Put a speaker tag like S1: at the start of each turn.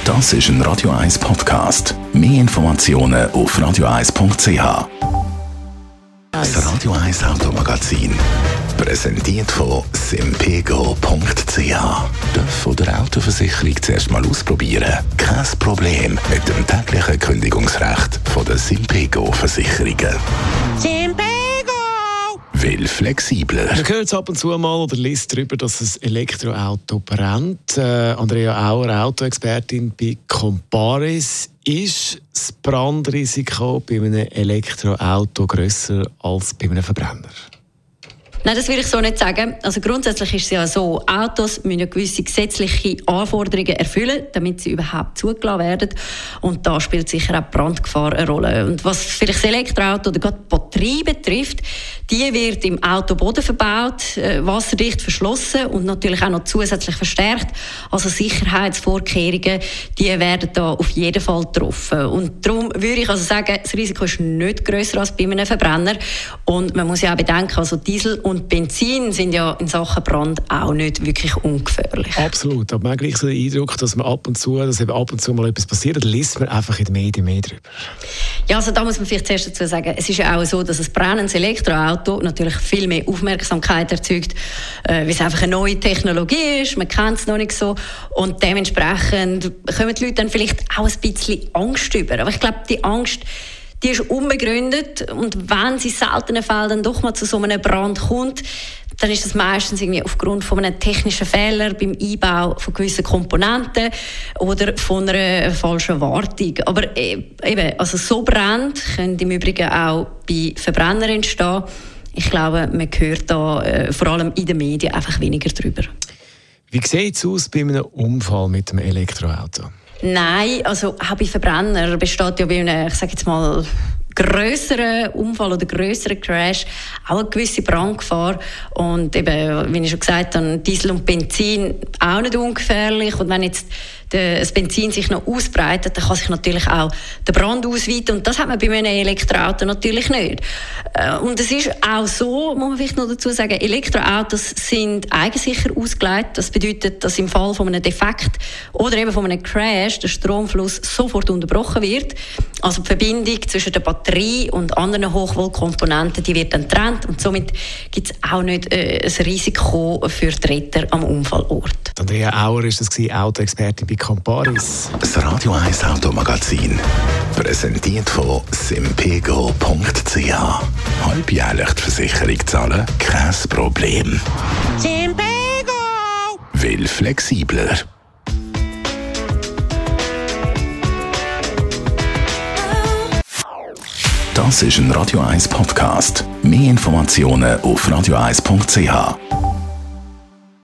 S1: Das ist ein Radio 1 Podcast. Mehr Informationen auf radio1.ch. Das Radio 1 Automagazin. Präsentiert von simpego.ch. Darf von der Autoversicherung zuerst mal ausprobieren? Kein Problem mit dem täglichen Kündigungsrecht von der Simpego-Versicherungen. Will flexibler.
S2: Man hört es ab und zu mal oder liest darüber, dass ein Elektroauto brennt. Andrea Auer, Autoexpertin bei Comparis. Ist das Brandrisiko bei einem Elektroauto grösser als bei einem Verbrenner?
S3: Nein, das will ich so nicht sagen. Also grundsätzlich ist es ja so, Autos müssen gewisse gesetzliche Anforderungen erfüllen, damit sie überhaupt zugelassen werden. Und da spielt sicher auch die Brandgefahr eine Rolle. Und was vielleicht das Elektroauto oder gerade die Batterie betrifft, die wird im Autoboden verbaut, wasserdicht verschlossen und natürlich auch noch zusätzlich verstärkt. Also Sicherheitsvorkehrungen, die werden da auf jeden Fall getroffen. Und darum würde ich also sagen, das Risiko ist nicht grösser als bei einem Verbrenner. Und man muss ja auch bedenken, also Diesel und Benzin sind ja in Sachen Brand auch nicht wirklich ungefährlich.
S2: Absolut, aber man hat gleich so den Eindruck, dass eben ab und zu mal etwas passiert, dann liest man einfach in den Medien mehr darüber.
S3: Ja, also da muss man vielleicht zuerst dazu sagen, es ist ja auch so, dass ein brennendes Elektroauto natürlich viel mehr Aufmerksamkeit erzeugt, weil es einfach eine neue Technologie ist, man kennt es noch nicht so und dementsprechend kommen die Leute dann vielleicht auch ein bisschen Angst über. Aber ich glaube, die Angst, die ist unbegründet und wenn es in seltenen Fällen dann doch mal zu so einem Brand kommt, dann ist das meistens irgendwie aufgrund von einem technischen Fehler beim Einbau von gewissen Komponenten oder von einer falschen Wartung. Aber eben, also so Brände können im Übrigen auch bei Verbrennern entstehen. Ich glaube, man hört da vor allem in den Medien einfach weniger drüber.
S2: Wie sieht es aus bei einem Unfall mit einem Elektroauto?
S3: Nein, also auch bei Verbrenner besteht ja bei einem, ich sage jetzt mal, grösseren Unfall oder grösseren Crash auch eine gewisse Brandgefahr. Und eben, wie ich schon gesagt habe, Diesel und Benzin auch nicht ungefährlich. Und wenn jetzt das Benzin sich noch ausbreitet, dann kann sich natürlich auch der Brand ausweiten. Und das hat man bei einem Elektroauto natürlich nicht. Und es ist auch so, muss man vielleicht noch dazu sagen, Elektroautos sind eigensicher ausgelegt. Das bedeutet, dass im Fall von einem Defekt oder eben von einem Crash der Stromfluss sofort unterbrochen wird. Also die Verbindung zwischen der Batterie und anderen Hochvoltkomponenten, die wird dann getrennt. Und somit gibt es auch nicht ein Risiko für die Retter am Unfallort.
S2: Andrea Auer war das, Autoexpertin bei Comparis.
S1: Das Radio 1 Automagazin. Präsentiert von simpego.ch. Halbjährlich die Versicherung zahlen? Kein Problem.
S4: Simpego!
S1: Will flexibler. Das ist ein Radio 1 Podcast. Mehr Informationen auf radio1.ch.